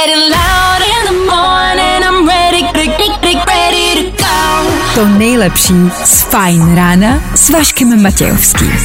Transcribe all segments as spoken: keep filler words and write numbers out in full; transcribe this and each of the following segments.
To nejlepší z Fajn rána s Vaškem Matějovským.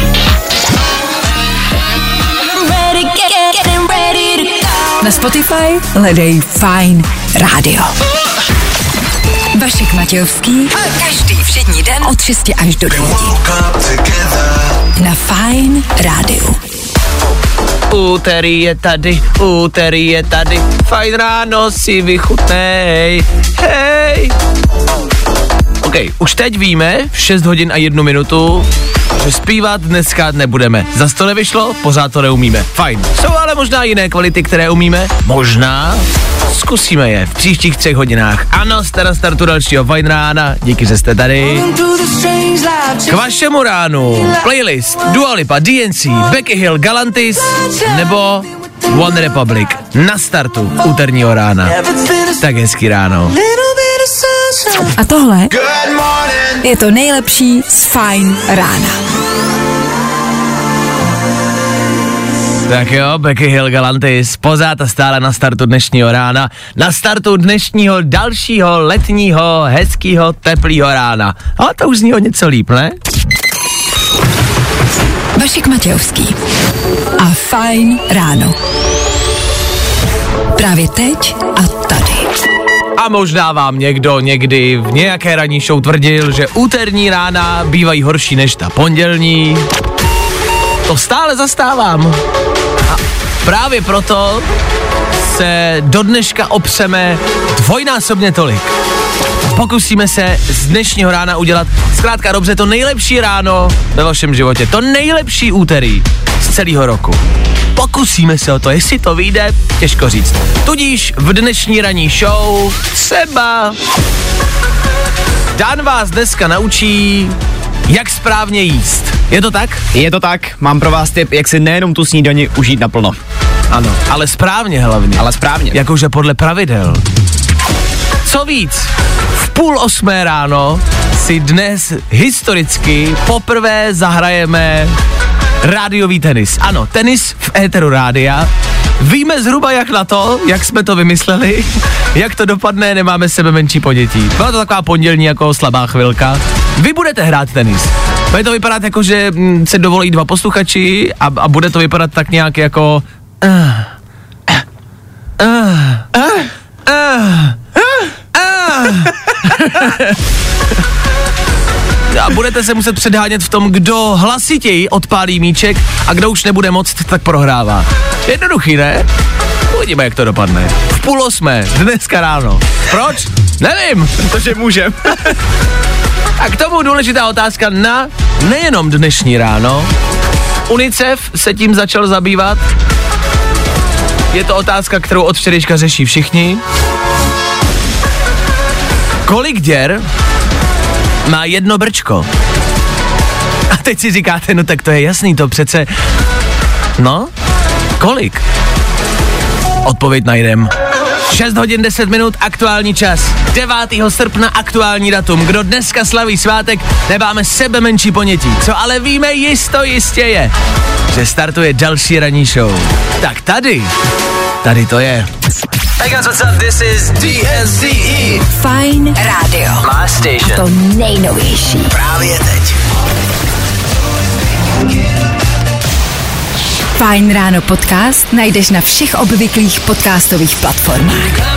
Na Spotify hledej Fajn rádio. Vašek Matějovský každý všední den od šesti až do devíti. Na Fajn rádiu. Úterý je tady, úterý je tady, Fajn ráno si vychutnej, hej. OK, už teď víme, v šest hodin a jednu minutu, že zpívat dneska nebudeme. Zas to nevyšlo, pořád to neumíme. Fajn. Jsou ale možná jiné kvality, které umíme? Možná. Zkusíme je v příštích třech hodinách. Ano, jste na startu dalšího Fajn rána, díky, že jste tady. K vašemu ránu playlist Dua Lipa, D N C, Becky Hill, Galantis nebo One Republic. Na startu úterního rána. Tak hezký ráno. A tohle je to nejlepší z Fajn rána. Tak jo, Becky Hill, Galantis, pořád a stále na startu dnešního rána, na startu dnešního dalšího letního, hezkýho, teplýho rána. A to už zní o něco líp, ne? Vašek Matějovský a Fajn ráno. Právě teď a tady. A možná vám někdo někdy v nějaké ranní show tvrdil, že úterní rána bývají horší než ta pondělní. To stále zastávám. A právě proto se do dneška opřeme dvojnásobně tolik. Pokusíme se z dnešního rána udělat zkrátka dobře to nejlepší ráno ve vašem životě. To nejlepší úterý z celého roku. Pokusíme se o to, jestli to vyjde, těžko říct. Tudíž v dnešní ranní show třeba Dan vás dneska naučí, jak správně jíst. Je to tak? Je to tak, mám pro vás tip, jak si nejenom tu snídani užít naplno. Ano, ale správně hlavně. Ale správně. Jakože podle pravidel. Co víc, v půl osmé ráno si dnes historicky poprvé zahrajeme rádiový tenis. Ano, tenis v éteru rádia. Víme zhruba jak na to, jak jsme to vymysleli, jak to dopadne, nemáme sebe menší ponětí. Byla to taková pondělní jako slabá chvilka. Vy budete hrát tenis. Bude to vypadat jako, že se dovolí dva posluchači a, a bude to vypadat tak nějak jako... Uh, uh, uh, uh, uh, uh. A budete se muset předhánět v tom, kdo hlasitěji odpálí míček a kdo už nebude moct, tak prohrává. Jednoduchý, ne? Uvidíme, jak to dopadne. V půl osmé, dneska ráno. Proč? Nevím. Protože můžem. A k tomu důležitá otázka na nejenom dnešní ráno. UNICEF se tím začal zabývat. Je to otázka, kterou od včerejška řeší všichni. Kolik děr má jedno brčko? A teď si říkáte, no tak to je jasný, to přece... No, kolik? Odpověď najdem. šest hodin deset minut, aktuální čas. devátého srpna, aktuální datum. Kdo dneska slaví svátek, nemáme sebe menší ponětí. Co ale víme jisto jistě je, že startuje další ranní show. Tak tady, tady to je. Hey guys, what's up? This is D N C E. Fajn rádio. My station. A to nejnovější. Právě teď. Fajn ráno podcast najdeš na všech obvyklých podcastových platformách.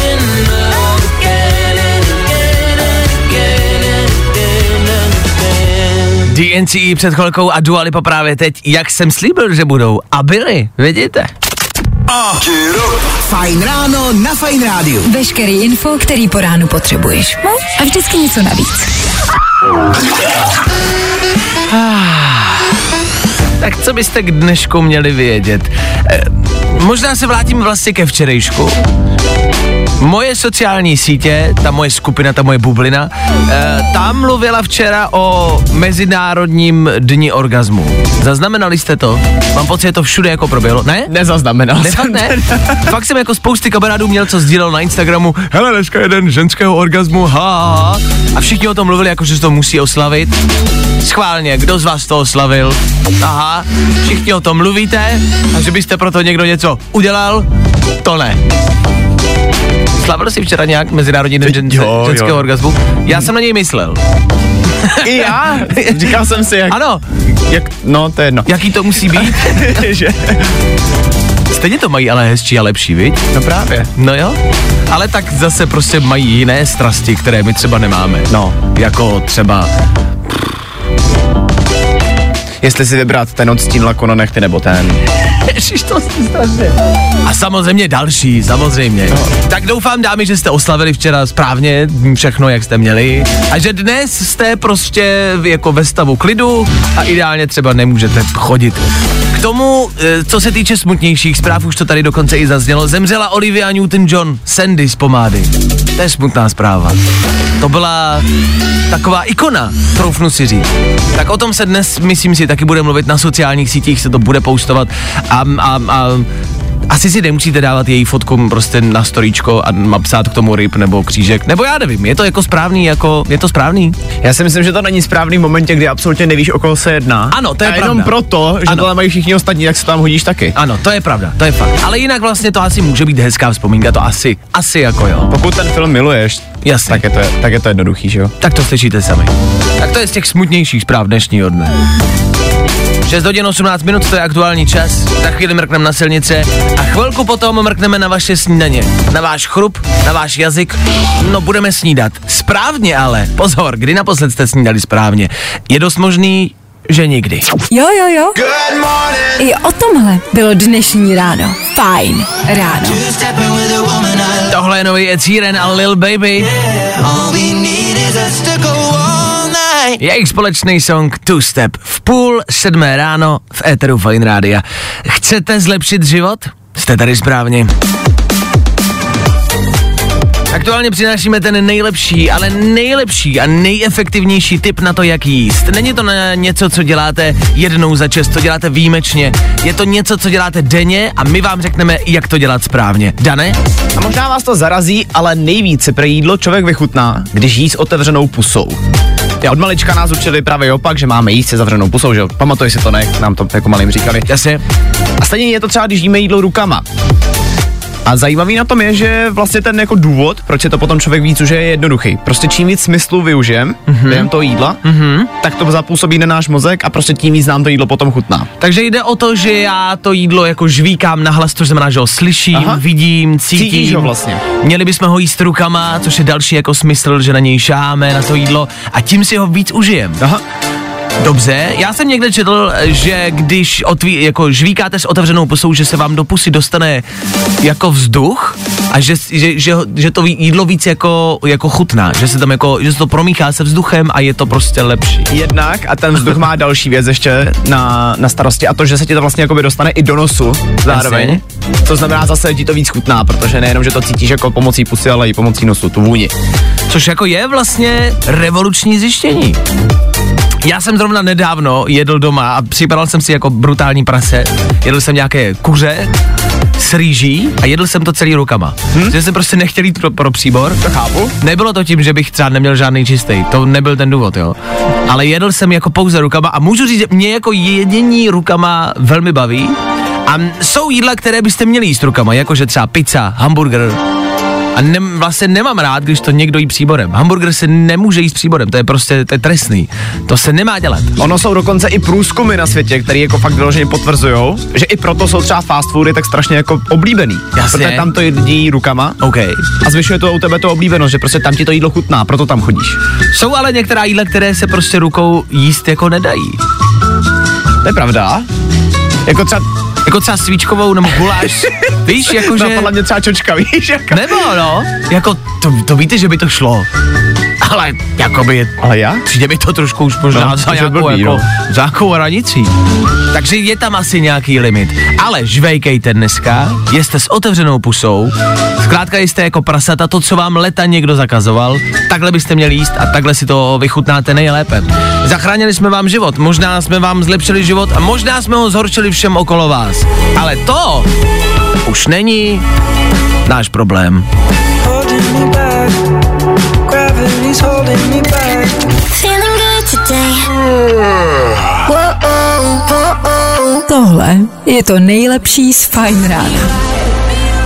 D N C E před chvilkou a Dua Lipa právě teď, jak jsem slíbil, že budou. A byli, vidíte? Oh. Fajn ráno na Fajn rádiu. Veškerý info, který po ránu potřebuješ. No? A vždycky něco navíc. Tak co byste k dnešku měli vědět? Eh, možná se vrátím vlastně ke včerejšku. Moje sociální sítě, ta moje skupina, ta moje bublina, eh, tam mluvila včera o Mezinárodním dni orgazmu. Zaznamenali jste to? Mám pocit, že to všude jako proběhlo. Ne? Nezaznamenal ne, jsem. Ne? Fakt jsem jako spousty kamarádů měl, co sdílel na Instagramu. Hele, dneska je den ženského orgazmu, ha, ha, ha. A všichni o tom mluvili, jako že to musí oslavit. Schválně, kdo z vás to oslavil? Aha, všichni o tom mluvíte, a že byste proto někdo něco udělal? To ne. Slavil jsi včera nějak Mezinárodní den žen, jo, ženského jo. orgazmu? Já jsem na něj myslel. I já? Říkal jsem si, jak... Ano. Jak, no, to je jedno. Jaký to musí být? Že? Stejně to mají ale hezčí a lepší, viď? No právě. No jo. Ale tak zase prostě mají jiné strasti, které my třeba nemáme. No. Jako třeba... Jestli si vybrat ten od Stín Lakona nechty nebo ten. Ježiš, to jsi strašně. A samozřejmě další, samozřejmě. No. Tak doufám, dámy, že jste oslavili včera správně všechno, jak jste měli. A že dnes jste prostě jako ve stavu klidu a ideálně třeba nemůžete chodit. K tomu, co se týče smutnějších zpráv, už to tady dokonce i zaznělo, zemřela Olivia Newton-John, Sandy z Pomády. To je smutná zpráva. To byla taková ikona, troufnu si říct. Tak o tom se dnes, myslím si, taky bude mluvit na sociálních sítích, se to bude postovat a, a, a asi si nemusíte dávat její fotku prostě na storíčko a psát k tomu ryb nebo křížek, nebo já nevím, je to jako správný, jako, je to správný? Já si myslím, že to není správný v momentě, kdy absolutně nevíš, o koho se jedná. Ano, to je a pravda. jenom proto, že ano. tohle mají všichni ostatní, tak se tam hodíš taky. Ano, to je pravda, to je fakt. Ale jinak vlastně to asi může být hezká vzpomínka, to asi, asi jako jo. Pokud ten film miluješ, Jasně. tak je to, tak je to jednoduchý, že jo? Tak to slyšíte sami. Tak to je z těch smutnějších zpráv dnešního dne. šest hodin osmnáct minut, to je aktuální čas. Za chvíli mrkneme na silnice a chvilku potom mrkneme na vaše snídaně. Na váš chrup, na váš jazyk. No, budeme snídat. Správně ale. Pozor, kdy naposled jste snídali správně? Je dost možný, že nikdy. Jo, jo, jo. I o tomhle bylo dnešní ráno. Fajn ráno. Tohle je nový Ed Sheeran a Lil Baby. Jejich společný song Two Step v půl sedmé ráno v éteru Fajn rádia. Chcete zlepšit život? Jste tady správně. Aktuálně přinášíme ten nejlepší, ale nejlepší a nejefektivnější tip na to, jak jíst. Není to na něco, co děláte jednou za čas, to děláte výjimečně. Je to něco, co děláte denně a my vám řekneme, jak to dělat správně. Dane? A možná vás to zarazí, ale nejvíce pro jídlo člověk vychutná, když jí s otevřenou pusou. Já od malička nás učili právě opak, že máme jíst se zavřenou pusou, že jo? Pamatuj si to, ne? Nám to jako malým říkali. Jasně. A stejně je to třeba, když jíme jídlo rukama. A zajímavý na tom je, že vlastně ten jako důvod, proč je to potom člověk víc, už je jednoduchý. Prostě čím víc smyslu využijem mm-hmm. během toho jídla, mm-hmm. tak to zapůsobí na náš mozek a prostě tím víc nám to jídlo potom chutná. Takže jde o to, že já to jídlo jako žvíkám nahlas, což znamená, že ho slyším, Aha. vidím, cítím. Cítíš ho vlastně. Měli bychom ho jíst rukama, což je další jako smysl, že na něj šáme, na to jídlo a tím si ho víc užijem. Aha. Dobře, já jsem někde četl, že když otví, jako žvíkáte s otevřenou pusou, že se vám do pusy dostane jako vzduch a že, že, že, že to jídlo víc jako, jako chutná, že se tam jako, že se to promíchá se vzduchem a je to prostě lepší. Jednak a ten vzduch má další věc ještě na, na starosti a to, že se ti to vlastně jakoby dostane i do nosu zároveň. To znamená zase ti to víc chutná, protože nejenom, že to cítíš jako pomocí pusy, ale i pomocí nosu, tu vůni. Což jako je vlastně revoluční zjištění. Já jsem zrovna nedávno jedl doma a připadal jsem si jako brutální prase. Jedl jsem nějaké kuře s rýží a jedl jsem to celý rukama. Hm? Že jsem prostě nechtěl jít pro, pro příbor. To chápu. Nebylo to tím, že bych třeba neměl žádný čistý. To nebyl ten důvod, jo. Ale jedl jsem jako pouze rukama a můžu říct, že mě jako jedění rukama velmi baví. A jsou jídla, které byste měli jíst rukama, jakože třeba pizza, hamburger. A ne, vlastně nemám rád, když to někdo jí příborem. Hamburger se nemůže jíst příborem, to je prostě to je trestný. To se nemá dělat. Ono jsou dokonce i průzkumy na světě, které jako fakt vyloženě potvrzujou, že i proto jsou třeba fast foody tak strašně jako oblíbený. Jasně. Protože tam to jedí rukama. OK. A zvyšuje to u tebe to oblíbenost, že prostě tam ti to jídlo chutná, proto tam chodíš. Jsou ale některá jídla, které se prostě rukou jíst jako nedají. To je pravda. Jako třeba Jako třeba svíčkovou nebo guláš. Víš, jakože... Napadla mě třeba čočka, víš? Jako. Nebo no, jako to, to víte, že by to šlo. Ale jakoby... Ale já? Přijde mi to trošku už možná no, za nějakou, blbý, jako, no. za nějakou hranicí. Takže je tam asi nějaký limit. Ale žvejkejte dneska, jste s otevřenou pusou, zkrátka jste jako prasata, to, co vám leta někdo zakazoval, takhle byste měli jíst a takhle si to vychutnáte nejlépe. Zachránili jsme vám život, možná jsme vám zlepšili život a možná jsme ho zhoršili všem okolo vás. Ale to už není náš problém. Tohle je to nejlepší z Fajn rána.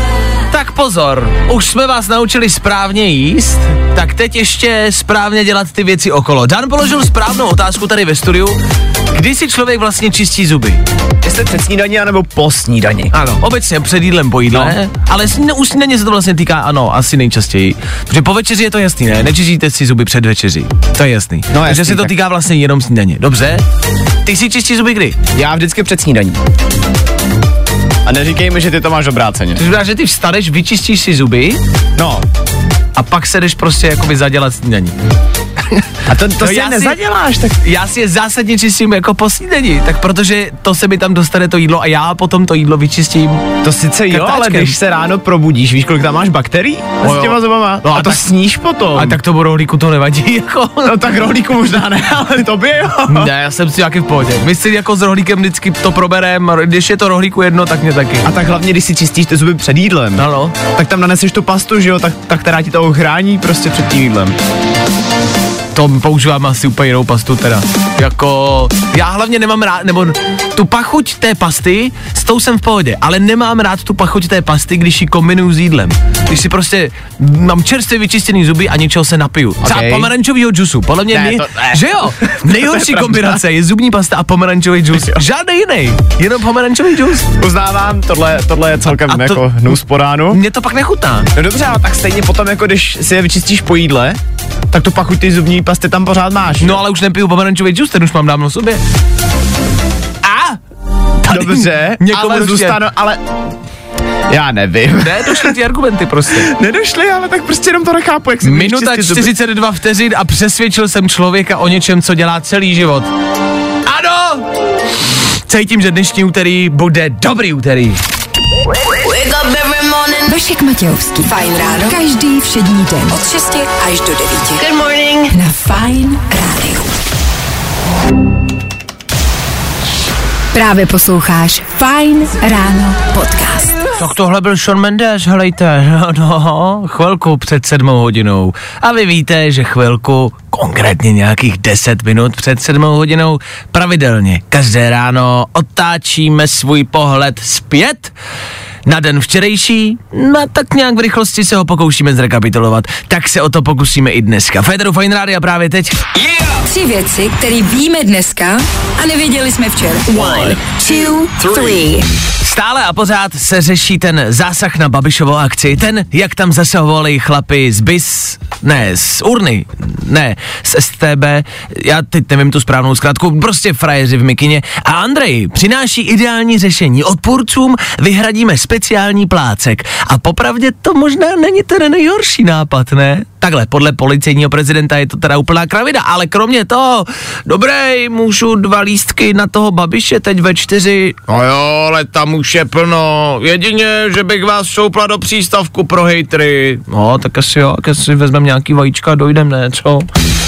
Tak pozor, už jsme vás naučili správně jíst, tak teď ještě správně dělat ty věci okolo. Dan položil správnou otázku tady ve studiu. Kdy si člověk vlastně čistí zuby? Jestli před snídaní, anebo po snídani. Ano, obecně před jídlem, po jídle, no. Ale u snídaně se to vlastně týká, ano, asi nejčastěji. Protože po večeři je to jasný, ne? Nečistíte si zuby před večeří. To je jasný. No, jasný, takže se to tak týká vlastně jenom snídaně. Dobře? Ty si čistíš zuby kdy? Já vždycky před snídaní. A neříkej mi, že ty to máš obráceně. To znamená, že ty vstaneš, vyčistíš si zuby. No. A pak se jdeš prostě jakoby zadělat snídaní. A to, to no si já nezaděláš, si, tak... Já si je zásadně čistím jako po snídani, tak protože to se mi tam dostane to jídlo a já potom to jídlo vyčistím. To sice jo, kartáčkem. Ale když se ráno probudíš, víš, kolik tam máš bakterií? No s těma zubama. No a, a to tak, sníš potom. A tak tomu rohlíku to nevadí, jako. No tak rohlíku možná ne, ale tobě jo. Ne, já jsem si nějaký v pohodě. My si jako s rohlíkem vždycky to proberem, když je to rohlíku jedno, tak mě taky. A tak hlavně, když si čistíš ty zuby před jídlem, ano. Tak tam naneseš tu pastu, že jo, tak, tak která ti to ochrání prostě před tím jídlem. To používám asi úplně jinou pastu teda. Jako, já hlavně nemám rád, nebo tu pachuť té pasty, s tou jsem v pohodě, ale nemám rád tu pachuť té pasty, když ji kombinuju s jídlem. Když si prostě mám čerstvě vyčištěný zuby a něčeho se napiju. Okay. Třeba pomerančovýho džusu, podle mě, ne, nej, to, ne. Že jo? Nejhorší kombinace je zubní pasta a pomerančový džus. Žádný jiný, jenom pomerančový džus. Uznávám, tohle, tohle je celkem to, jako hnus po ránu. Mně to pak nechutná. No dobře, ale tak stejně potom, jako když si je vyčistíš po jídle, tak tu pachuť ty zubní pasty tam pořád máš. No ale už nepiju pomerančový džus, ten už mám dávno v sobě. A? Tady dobře, ale zůstanu, ale... Já nevím. Nedošly ty argumenty prostě. Nedošly, ale tak prostě jenom to nechápu, jak si Minuta čtyřicet dva vteřin a přesvědčil jsem člověka o něčem, co dělá celý život. Ano! Cítím, že dnešní úterý bude dobrý úterý. Vašek Matějovský. Fajn ráno. Každý všední den. Od šesti až do devíti. Good morning. Na Fajn rádiu. Právě posloucháš Fajn ráno podcast. Tak tohle byl Shawn Mendes, helejte, no, no, chvilku před sedmou hodinou. A vy víte, že chvilku, konkrétně nějakých deset minut před sedmou hodinou, pravidelně každé ráno otáčíme svůj pohled zpět na den včerejší, no tak nějak v rychlosti se ho pokoušíme zrekapitulovat. Tak se o to pokusíme i dneska. Féteru Fajn rádia právě teď. Yeah! Tři věci, které víme dneska a nevěděli jsme včera. One, two, three. Stále a pořád se řeší ten zásah na Babišovu akci. Ten, jak tam zasahovali chlapi z B I S, ne, z urny, ne, z S T B, já teď nevím tu správnou zkrátku, prostě frajeři v mikině. A Andrej přináší ideální řešení. Odpůrcům vyhradíme speciální plácek. A popravdě to možná není ten nejhorší nápad, ne? Takhle, podle policejního prezidenta je to teda úplná kravina, ale kromě toho, dobrý, můžu dva lístky na toho Babiše teď ve čtyři. No jo, ale tam už je plno, jedině, že bych vás šoupla do přístavku pro hejtry. No, tak asi jo, tak asi vezmeme nějaký vajíčka a dojdem, ne, co?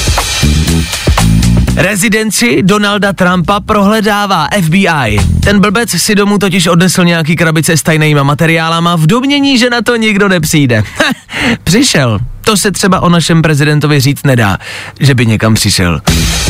Rezidenci Donalda Trumpa prohledává F B I. Ten blbec si domů totiž odnesl nějaký krabice s tajnýma materiálama v domnění, že na to nikdo nepřijde. Přišel. To se třeba o našem prezidentovi říct nedá, že by někam přišel.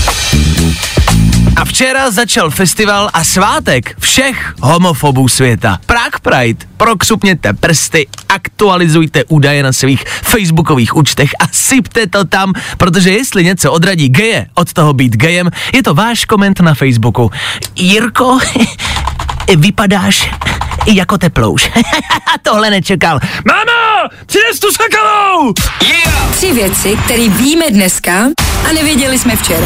A včera začal festival a svátek všech homofobů světa. Prague Pride. Prokřupněte prsty, aktualizujte údaje na svých facebookových účtech a sypte to tam, protože jestli něco odradí geje od toho být gejem, je to váš koment na Facebooku. Jirko, vypadáš jako teplouš. Tohle nečekal. Mámo, přines tu skakalou! Yeah! Tři věci, které víme dneska a nevěděli jsme včera.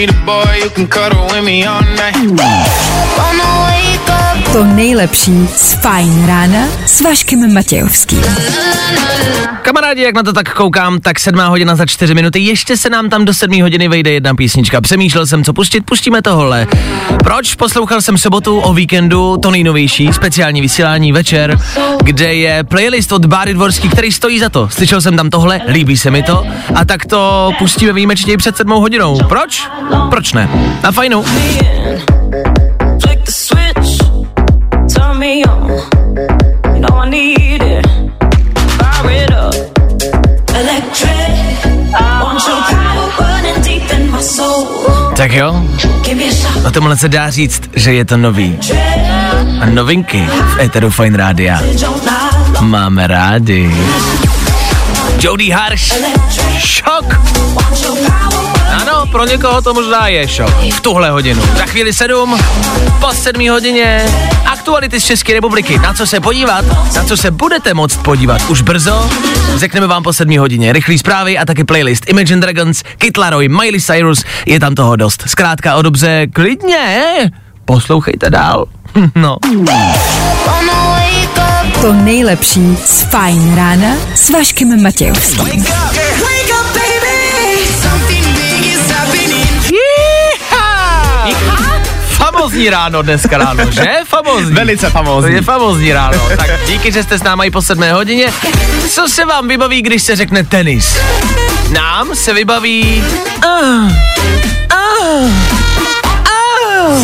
To nejlepší z Fajn rána s Vaškem Matějovským. Kamarádi, jak na to tak koukám, tak sedmá hodina za čtyři minuty, ještě se nám tam do sedmý hodiny vejde jedna písnička. Přemýšlel jsem, co pustit, pustíme tohle. Proč? Poslouchal jsem sobotu o víkendu, to nejnovější, speciální vysílání večer, kde je playlist od Báry Dvorský, který stojí za to. Slyšel jsem tam tohle, líbí se mi to a tak to pustíme výjimečně před sedmou hodinou. Proč? Proč ne? Na Fajnu. Tak jo, o tomhle se dá říct, že je to nový. A novinky v éteru Fajn rádia. máme rádi. Jody Harsh, šok. Ano, pro někoho to možná je šok. V tuhle hodinu. Za chvíli sedm, po sedmý hodině. Aktuality z České republiky. Na co se podívat? Na co se budete moct podívat? Už brzo. Řekneme vám po sedmý hodině. Rychlý zprávy a taky playlist Imagine Dragons, Kid Laroi, Miley Cyrus. Je tam toho dost. Zkrátka o dobře, klidně. Poslouchejte dál. No. To nejlepší z Fajn rána s Vaškem Matějovským. Famózní ráno dneska ráno, že? Famózní. Velice famózní. Je famózní ráno. Tak díky, že jste s námi i po sedmé hodině. Co se vám vybaví, když se řekne tenis? Nám se vybaví... Uh, uh, uh.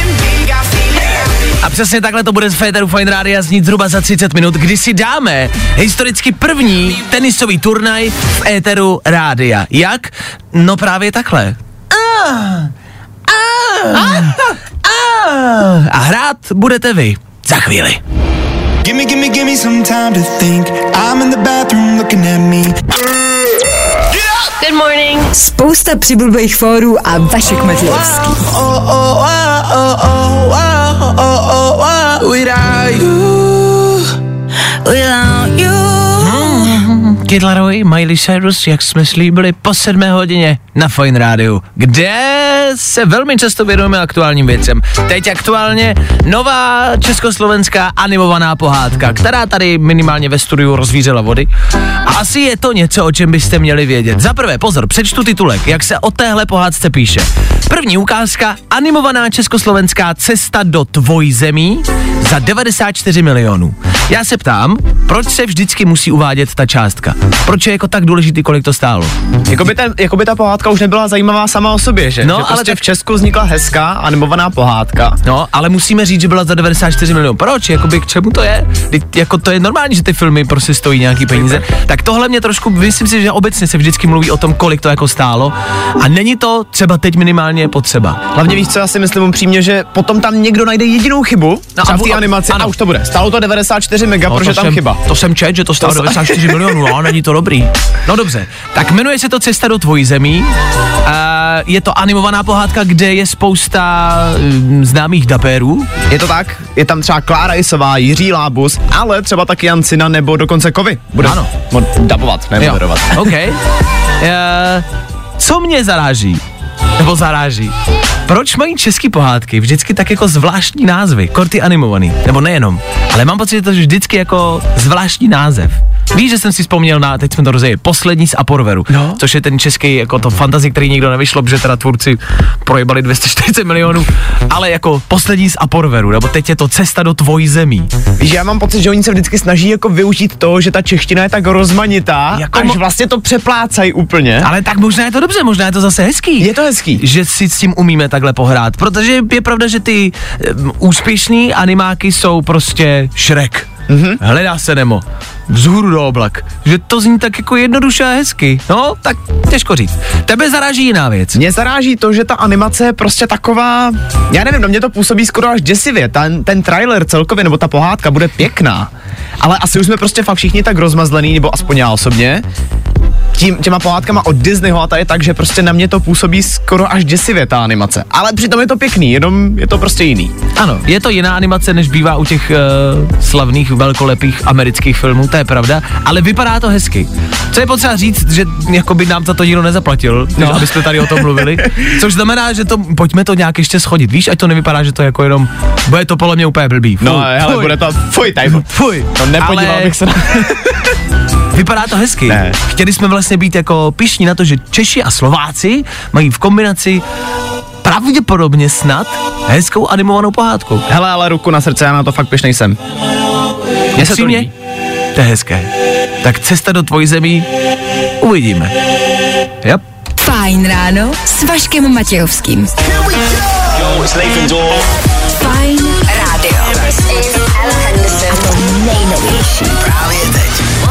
A přesně takhle to bude z Féteru Fajn Rádia znít zhruba za třicet minut, kdy si dáme historicky první tenisový turnaj v éteru rádia. Jak? No právě takhle. Uh. Ah, ah, a hrát budete vy za chvíli. Gimme, gimme, gimme some time to think. I'm in the bathroom looking at me. Good morning. Spousta přibulbých fórů a Vašek Matějovský. Oh, oh, oh, oh, oh, oh, oh, oh, without you, without you. Kid Laroi, Miley Cyrus, jak jsme slíbili, po sedmé hodině na Fajn rádiu, kde se velmi často věnujeme aktuálním věcem. Teď aktuálně nová československá animovaná pohádka, která tady minimálně ve studiu rozvířela vody. A asi je to něco, o čem byste měli vědět. Za prvé, pozor, přečtu titulek, jak se o téhle pohádce píše. První ukázka, animovaná československá Cesta do tvojí zemí za devadesát čtyři milionů. Já se ptám, proč se vždycky musí uvádět ta částka? Proč je jako tak důležitý, kolik to stálo? Jakoby, ten, jakoby ta pohádka už nebyla zajímavá sama o sobě, že? No, že ale prostě tak... v Česku vznikla hezká animovaná pohádka. No, ale musíme říct, že byla za devadesát čtyři milionů. Proč? Jakoby k čemu to je? Teď, jako to je normální, že ty filmy prostě stojí nějaký peníze. Tak tohle mě trošku, myslím si, že obecně se vždycky mluví o tom, kolik to jako stálo. A není to třeba teď minimálně potřeba. Hlavně víš, co já si myslím upřímně, že potom tam někdo najde jedinou chybu, no, třeba v té animaci, ano. A už to bude. Stálo to devadesát čtyři mega, no, protože tam jsem, chyba. To jsem čet, že to stálo to devadesát čtyři milionů, a není to dobrý. No dobře, tak jmenuje se to Cesta do tvojí zemí. Uh, je to animovaná pohádka, kde je spousta uh, známých dabérů. Je to tak? Je tam třeba Klára Isová, Jiří Lábus, ale třeba taky Jan Cina nebo dokonce Kovy. Bude ano. Mod- dabovat, ne moderovat. OK. Uh, co mě zaráží? Nebo zaráží. Proč mají český pohádky vždycky tak jako zvláštní názvy, korty animovaný, nebo nejenom, ale mám pocit, že to je vždycky jako zvláštní název. Víš, že jsem si vzpomněl na, teď jsme to rozjeli, Poslední z Aporveru, no. Což je ten český, jako to fantasy, který nikdo nevyšlo, protože teda tvůrci projebali dvě stě čtyřicet milionů, ale jako Poslední z Aporveru, nebo teď je to Cesta do tvojí zemí. Víš, já mám pocit, že oni se vždycky snaží jako využít to, že ta čeština je tak rozmanitá, jako až mo- vlastně to přeplácají úplně. Ale tak možná je to dobře, možná je to zase hezký. Je to hezký. Že si s tím umíme takhle pohrát, protože je pravda, že ty um, úspěšný animáky jsou prostě Shrek. Mm-hmm. Hledá se Nemo. Vzhůru do oblak. Že to zní tak jako jednoduše a hezky. No, tak těžko říct. Tebe zaráží jiná věc. Mě zaráží to, že ta animace je prostě taková, já nevím, no mě to působí skoro až děsivě. Ten, ten trailer celkově, nebo ta pohádka bude pěkná. Ale asi už jsme prostě fakt všichni tak rozmazlený, nebo aspoň já osobně, tím, těma pohádkama od Disneyho a ta je tak, že prostě na mě to působí skoro až děsivě ta animace. Ale přitom je to pěkný, jenom je to prostě jiný. Ano, je to jiná animace, než bývá u těch uh, slavných, velkolepých amerických filmů, to je pravda, ale vypadá to hezky. Co je potřeba říct, že jakoby nám za to nikdo nezaplatil, no. Aby jsme tady o tom mluvili, což znamená, že to, pojďme to nějak ještě schodit, víš, ať to nevypadá, že to jako jenom, bude to podle mě úplně blbý. Fuj, no, hele, fuj. Bude to, fuj, tady, fuj. To nepodíval ale... bych se na... Vypadá to hezky. Ne. Chtěli jsme vlastně být jako pyšní na to, že Češi a Slováci mají v kombinaci pravděpodobně snad hezkou animovanou pohádku. Hele, ale ruku na srdce, já na to fakt pyšnej jsem. Mně se to líbí. To je hezké. Tak Cesta do tvojí zemí uvidíme. Yep. Fajn ráno s Vaškem Matějovským. Fajn rádio. A to nejnovější. Právě teď.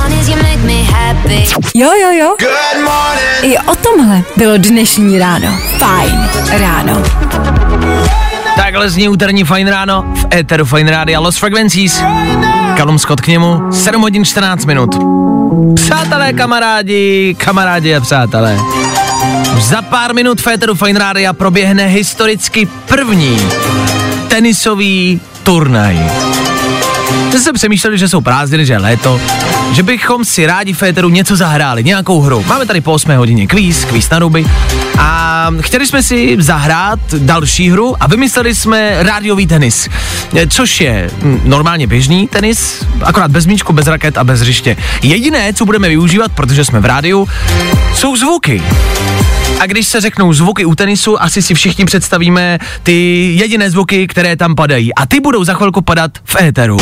Jo, jo, jo. I o tomhle bylo dnešní ráno. Fajn ráno. Takhle zní úterní Fajn ráno v éteru Fajn rádia Lost Frequencies. Callum Scott k němu, sedm hodin čtrnáct minut. Přátelé, kamarádi, kamarádi a přátelé. Za pár minut v éteru Fajn rádia proběhne historicky první tenisový turnaj. Teď jsem přemýšleli, že jsou prázdniny, že je léto, že bychom si rádi v éteru něco zahráli, nějakou hru. Máme tady po osmé hodině kvíz, kvíz na ruby a chtěli jsme si zahrát další hru a vymysleli jsme rádiový tenis, což je normálně běžný tenis, akorát bez míčku, bez raket a bez hřiště. Jediné, co budeme využívat, protože jsme v rádiu, jsou zvuky. A když se řeknou zvuky u tenisu, asi si všichni představíme ty jediné zvuky, které tam padají. A ty budou za chvilku padat v éteru.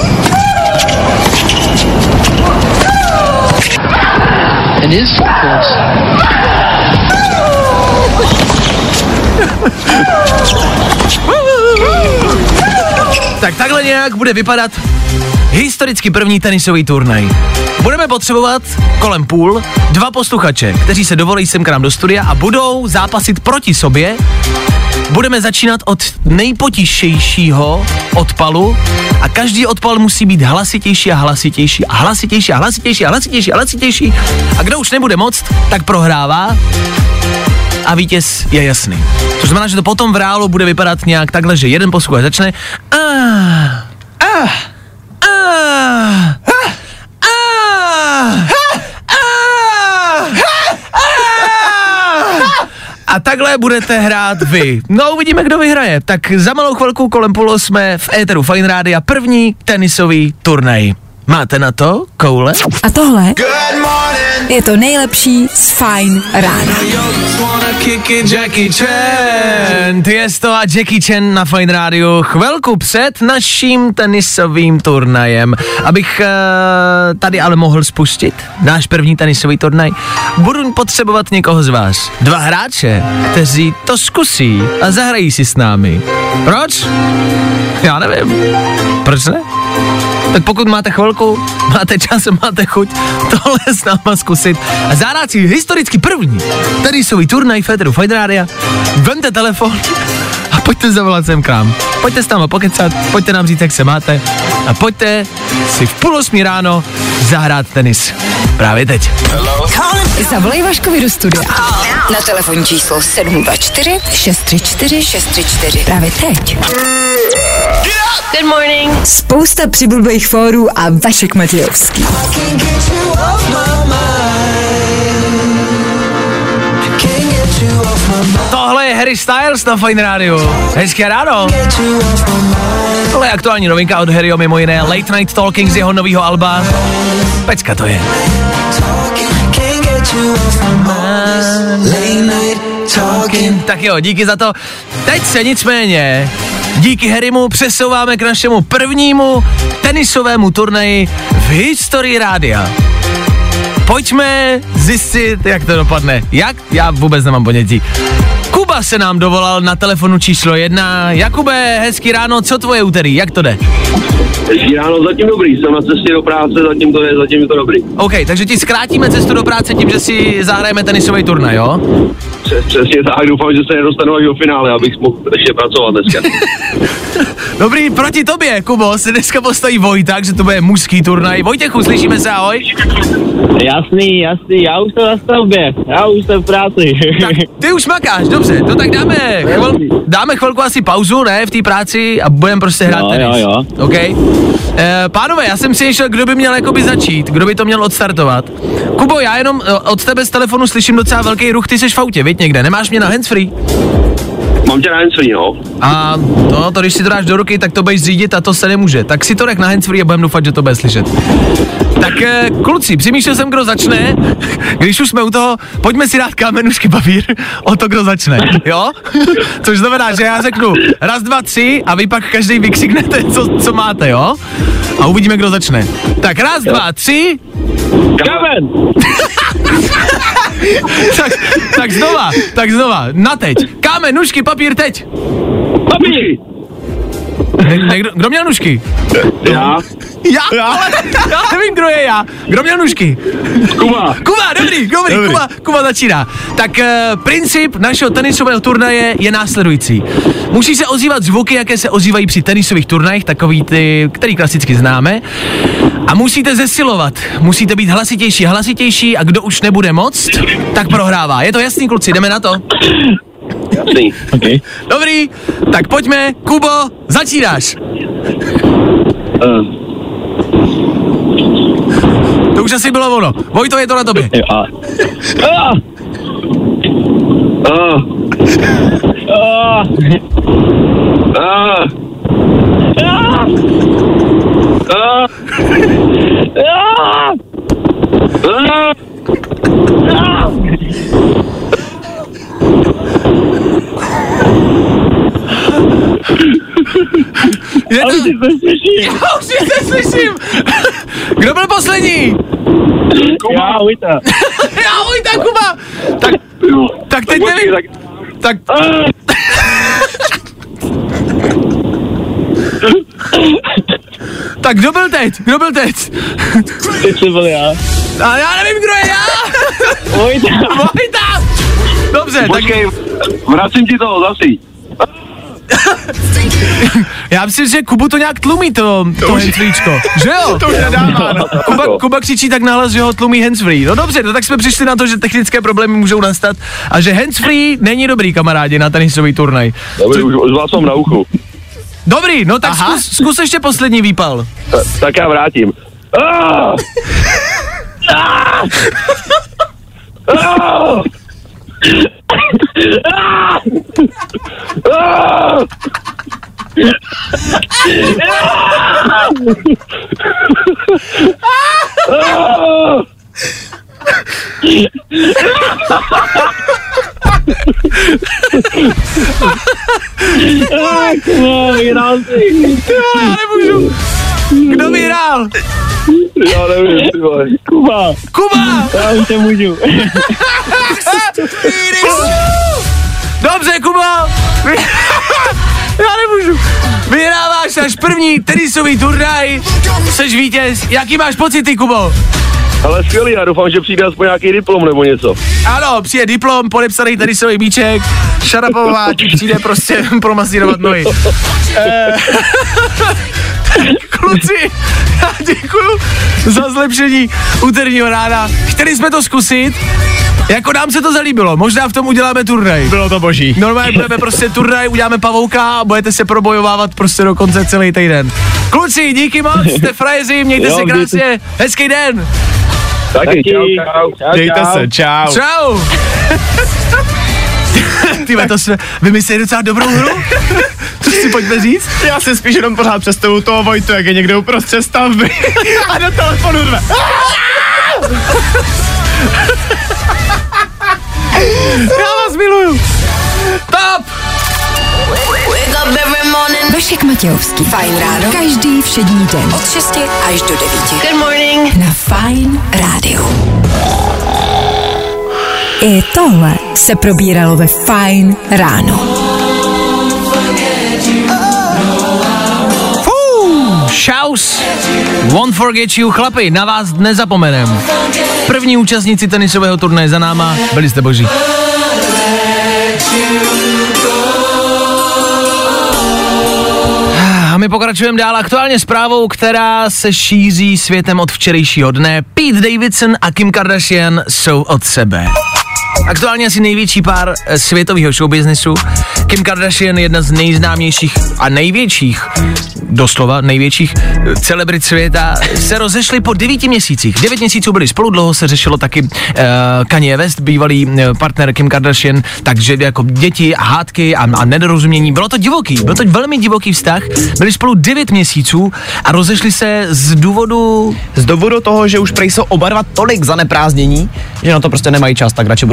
Tak takhle nějak bude vypadat historicky první tenisový turnaj. Budeme potřebovat kolem půl dva posluchače, kteří se dovolí sem k nám do studia a budou zápasit proti sobě. Budeme začínat od nejpotištějšího odpalu a každý odpal musí být hlasitější a hlasitější a hlasitější a hlasitější a hlasitější a hlasitější. A kdo už nebude moct, tak prohrává a vítěz je jasný. To znamená, že to potom v reálu bude vypadat nějak takhle, že jeden posluchač začne ah, ah, ah, a takhle budete hrát vy. No, uvidíme, kdo vyhraje. Tak za malou chvilku kolem půl osmé v éteru Fajn rádia první tenisový turnaj. Máte na to koule? A tohle je to nejlepší z Fajn rána. Jackie Chan, Tiesto a Jackie Chan na Fajn rádiu chvilku před naším tenisovým turnajem. Abych uh, tady ale mohl spustit náš první tenisový turnaj, budu potřebovat někoho z vás. Dva hráče, kteří to zkusí a zahrají si s námi. Proč? Já nevím. Proč ne? Tak pokud máte chvilku, máte čas, máte chuť tohle s náma zkusit a zahrát si historicky první tenisový turnaj Féteru Fajn rádia, vemte telefon a pojďte zavolat sem k nám. Pojďte s náma pokecat, pojďte nám říct, jak se máte a pojďte si v půl osmí ráno zahrát tenis. Právě teď. Zavolej Vaškovi do studia. Na telefonní číslo sedm dva čtyři šest tři čtyři šest tři čtyři. Právě teď. Good morning. Spousta přibulbých fórů a Vašek Matějovský. Tohle je Harry Styles na Fajn rádiu. Hezké ráno. Tohle je aktuální novinka od Harryho, mimo jiné Late Night Talking z jeho nového alba. Pecka to je. Tak jo, díky za to. Teď se nicméně díky Harrymu přesouváme k našemu prvnímu tenisovému turnaji v historii rádia. Pojďme zjistit, jak to dopadne. Jak? Já vůbec nemám ponětí. Kuba se nám dovolal na telefonu číslo jedna. Jakube, hezký ráno, co tvoje úterý, jak to jde? Hezký ráno, zatím dobrý, jsem na cestě do práce, zatím to je, zatím je to dobrý. OK, takže ti zkrátíme cestu do práce tím, že si zahrajeme tenisový turnaj, jo? Přes, přesně tak, doufám, že se nedostanu až do finále, abych mohl ještě pracovat dneska. Dobrý, proti tobě, Kubo, se dneska postaví Vojta, takže to bude mužský turnaj. Vojtěchu, slyšíme se, ahoj? Jasný, jasný, já už jsem na stavbě, já už jsem v práci. Tak ty už makáš, dobře, to tak dáme, chvil, dáme chvilku asi pauzu, ne, v té práci a budeme prostě hrát jo, tenis. Jo, jo. OK. E, pánové, já jsem si ještě, kdo by měl jakoby začít, kdo by to měl odstartovat. Kubo, já jenom od tebe z telefonu slyším docela velký ruch, ty seš v autě, viď někde, nemáš mě na handsfree? Mám tě na handsfree, no. A no, to když si to dáš do ruky, tak to budeš řídit a to se nemůže. Tak si to dej na handsfree a budem doufat, že to bude slyšet. Tak e, kluci, přemýšlel jsem, kdo začne. Když už jsme u toho, pojďme si dát kámenušky papír o to, kdo začne, jo? Což znamená, že já řeknu raz, dva, tři a vy pak každý vykřiknete, co, co máte, jo? A uvidíme, kdo začne. Tak raz, jo. dva, tři. Kámen! tak, tak znova, tak znova, na teď. Kámen, nůžky, papír, teď. Papír! Ne, ne, kdo, kdo měl nůžky? Já. Já? Já? Ale já nevím, kdo je já. Kdo měl nůžky? Kuba. Kuba, dobrý, dobrý, dobrý. Kuba, Kuba začíná. Tak uh, princip našeho tenisového turnaje je následující. Musí se ozývat zvuky, jaké se ozývají při tenisových turnajích, takový ty, který klasicky známe. A musíte zesilovat. Musíte být hlasitější, hlasitější a kdo už nebude moc, tak prohrává. Je to jasný, kluci, jdeme na to? Jasný. Okay. Dobrý, tak pojďme. Kubo, začínáš. Uh. To už asi bylo ono. Vojto, je to na tobě. A. Ah. Ah. A. Ah. A. Ah. A. Ah. Je to... Ale ty se slyším. Já už si se slyším. Kdo byl poslední? Já, Vojta. Já, Vojta, Kuba. Tak, tak teď nevím. Tak... Tak kdo byl teď? Kdo byl teď? Teď jsem byl já. A já nevím, kdo je já. Vojta. Vojta. Dobře, Počkej, vracím ti to zase. já myslím, že Kubu to nějak tlumí, to, to, to handsfreečko. Že jo? To už nedává, no. Kuba, Kuba křičí tak nahlas, že ho tlumí handsfree. No dobře, no tak jsme přišli na to, že technické problémy můžou nastat a že handsfree není dobrý, kamarádi, na tenisový turnaj. Dobrý, už, už vás mám na uchu. Dobrý, no tak zkus, zkus ještě poslední výpal. Ta, tak já vrátím. Ah! Ah! Ah! Ah! Ah! Kuba, vyhrál jsi. Já nemůžu. Kdo vyhrál? Já nevím, ty vole. Kuba. Kuba! Já už se můžu. Dobře, Kuba! Já nemůžu. Vyhráváš náš první tenisový turnaj. Seš vítěz. Jaký máš pocity, Kubo? Ale skvělý, já doufám, že přijde aspoň nějaký diplom nebo něco. Ano, přijde diplom, podepsaný tenisový míček, Šarapová ti přijde prostě promasírovat nohy. Eh, Kluci, já děkuju za zlepšení úterního rána. Chtěli jsme to zkusit, jako nám se to zalíbilo, možná v tom uděláme turnaj. Bylo to boží. Normálně budeme prostě turnaj, uděláme pavouka a budete se probojovávat prostě do konce celý týden. Kluci, díky moc, jste frajeři, mějte Jo, se krásně, hezký den. Taky, čau, čau. Čau, Dejte čau. se, čau. Čau. Tyhle, to jsme vymysleli docela dobrou hru. Co si pojďme říct? Já si spíš jenom pořád představu toho Vojtu, jak je někde uprostřed stavby a do telefonu dve. Já vás miluju. Top! Vašek Matějovský. Fajn ráno. Každý všední den. Od šesti až do devíti. Good morning. Na Fajn rádiu. I tohle se probíralo ve Fajn ráno. Fuu, šaus. Won't forget you, chlapi, na vás nezapomenem. První účastníci tenisového turnaje za náma, byli jste boží. A my pokračujeme dál aktuálně zprávou, která se šíří světem od včerejšího dne. Pete Davidson a Kim Kardashian jsou od sebe. Aktuálně asi největší pár světového showbiznesu. Kim Kardashian, jedna z nejznámějších a největších, doslova největších celebrit světa, se rozešli po devíti měsících. Devět měsíců byli spolu, dlouho se řešilo taky uh, Kanye West, bývalý uh, partner Kim Kardashian, takže jako děti a hádky a, a nedorozumění. Bylo to divoký, byl to velmi divoký vztah. Byli spolu devět měsíců a rozešli se z důvodu... Z důvodu toho, že už prej jsou oba dva tolik zaneprázdnění, že na to prostě nemají čas, tak radši budou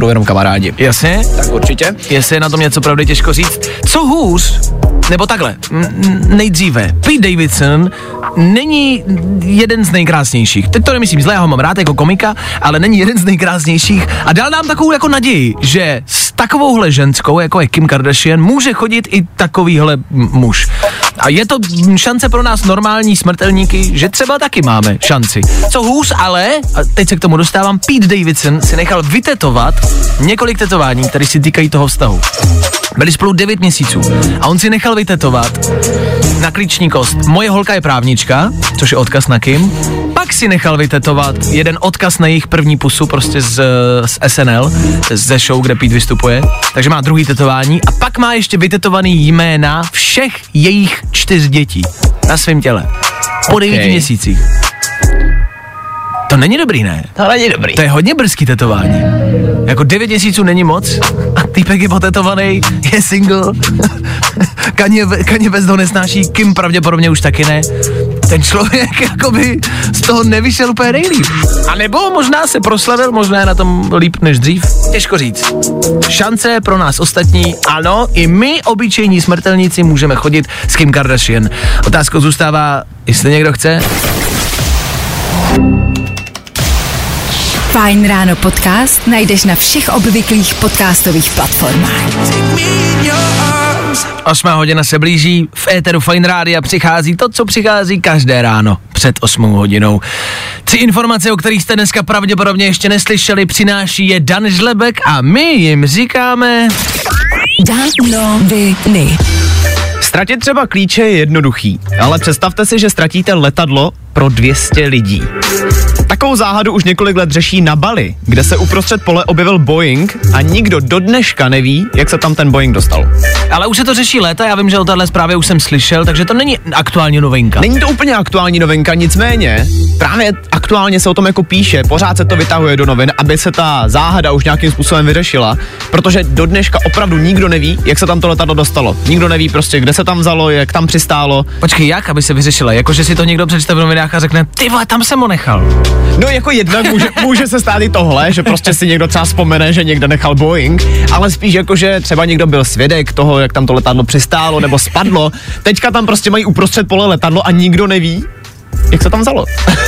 jenom kamarádi. Jasně? Tak určitě. Jestli je na tom něco pravdy, těžko říct. Co hůř, nebo takhle, n- nejdříve, Pete Davidson není jeden z nejkrásnějších. Teď to nemyslím zle, já ho mám rád jako komika, ale není jeden z nejkrásnějších a dal nám takovou jako naději, že s takovouhle ženskou, jako je Kim Kardashian, může chodit i takovýhle muž. A je to šance pro nás normální smrtelníky, že třeba taky máme šanci. Co hůř, ale, a teď se k tomu dostávám, Pete Davidson si nechal vytetovat několik tetování, které si týkají toho vztahu. Byli spolu devět měsíců a on si nechal vytetovat na klíční kost. Moje holka je právnička, což je odkaz na Kim. Pak si nechal vytetovat jeden odkaz na jejich první pusu, prostě z, z S N L, ze show, kde Pete vystupuje. Takže má druhý tetování a pak má ještě vytetovaný jména všech jejich čtyř dětí na svém těle. Po okay. devíti měsících. To není dobrý, ne? To není dobrý. To je hodně brzký tetování. Jako devět měsíců není moc a týpek je potetovaný, je single. Kanye, Kanye West ho nesnáší, Kim pravděpodobně už taky ne. Ten člověk jakoby z toho nevyšel úplně nejlíp. A nebo možná se proslavil, možná je na tom líp než dřív. Těžko říct. Šance pro nás ostatní, ano, i my, obyčejní smrtelníci, můžeme chodit s Kim Kardashian. Otázkou zůstává, jestli někdo chce. Fajn ráno podcast najdeš na všech obvyklých podcastových platformách. Osmá hodina se blíží, v éteru Fajn rádia přichází to, co přichází každé ráno před osmou hodinou. Tři informace, o kterých jste dneska pravděpodobně ještě neslyšeli, přináší je Dan Žlebek a my jim říkáme... Danoviny. Ztratit třeba klíče je jednoduchý, ale představte si, že ztratíte letadlo pro dvě stě lidí. Takovou záhadu už několik let řeší na Bali, kde se uprostřed pole objevil Boeing a nikdo do dneška neví, jak se tam ten Boeing dostal. Ale už se to řeší léta, já vím, že o téhle zprávě už jsem slyšel, takže to není aktuální novinka. Není to úplně aktuální novinka, nicméně právě aktuálně se o tom jako píše, pořád se to vytahuje do novin, aby se ta záhada už nějakým způsobem vyřešila, protože do dneška opravdu nikdo neví, jak se tam to letadlo dostalo. Nikdo neví prostě, kde se tam vzalo, jak tam přistálo. Počkej, jak, aby se vyřešila? Jakože si to někdo přečte v novinách a řekne, ty vole, tam jsem ho nechal. No jako jednak může, může se stát i tohle, že prostě si někdo třeba vzpomene, že někde nechal Boeing, ale spíš jako, že třeba někdo byl svědek toho, jak tam to letadlo přistálo nebo spadlo. Teďka tam prostě mají uprostřed pole letadlo a nikdo neví, jak se tam vzalo.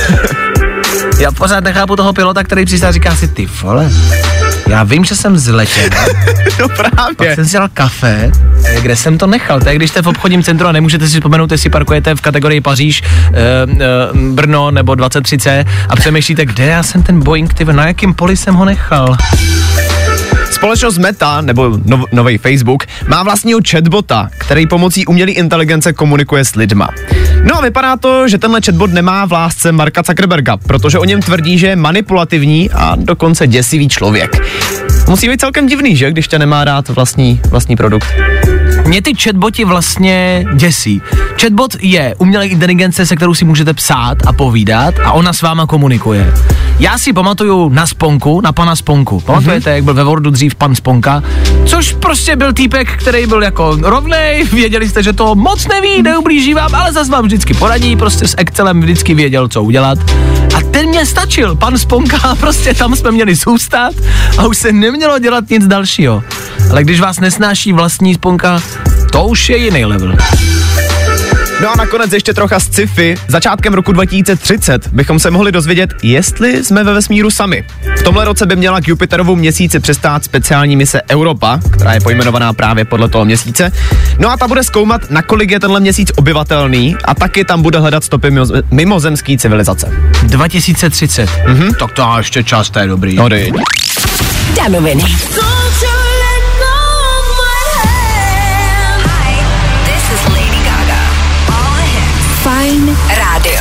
Já pořád nechápu toho pilota, který přistál a říká si, ty vole, já vím, že jsem zletěl. No právě. Pak jsem si dal kafe, kde jsem to nechal. To je, když jste v obchodním centru a nemůžete si vzpomenout, jestli parkujete v kategorii Paříž, e, e, Brno nebo dvacet tři C a přemýšlíte, kde já jsem ten Boeing, ty, na jakém poli jsem ho nechal. Společnost Meta, nebo nov, nový Facebook, má vlastního chatbota, který pomocí umělé inteligence komunikuje s lidma. No a vypadá to, že tenhle chatbot nemá v lásce Marka Zuckerberga, protože o něm tvrdí, že je manipulativní a dokonce děsivý člověk. Musí být celkem divný, že, když tě nemá rád vlastní, vlastní produkt. Mě ty chatboti vlastně děsí. Chatbot je umělá inteligence, se kterou si můžete psát a povídat a ona s váma komunikuje. Já si pamatuju na Sponku, na pana Sponku. Pamatujete, mm-hmm. jak byl ve Wordu dřív pan Sponka? Což prostě byl týpek, který byl jako rovnej, věděli jste, že to moc neví, neublíží vám, ale zas vám vždycky poradí, prostě s Excelem vždycky věděl, co udělat. A ten mě stačil, pan Sponka, prostě tam jsme měli zůstat a už se nemělo dělat nic dalšího. Ale když vás nesnáší vlastní Sponka, to už je jiný level. No a nakonec ještě trocha z sci-fi. Začátkem roku dva tisíce třicet bychom se mohli dozvědět, jestli jsme ve vesmíru sami. V tomhle roce by měla k Jupiterovu měsíci přistát speciální mise Europa, která je pojmenovaná právě podle toho měsíce. No a ta bude zkoumat, nakolik je tenhle měsíc obyvatelný a taky tam bude hledat stopy mimo- mimozemský civilizace. dva tisíce třicet. Mhm. Tak to má ještě čas, to je dobrý. No dej. Danoviny. Fajn rádio.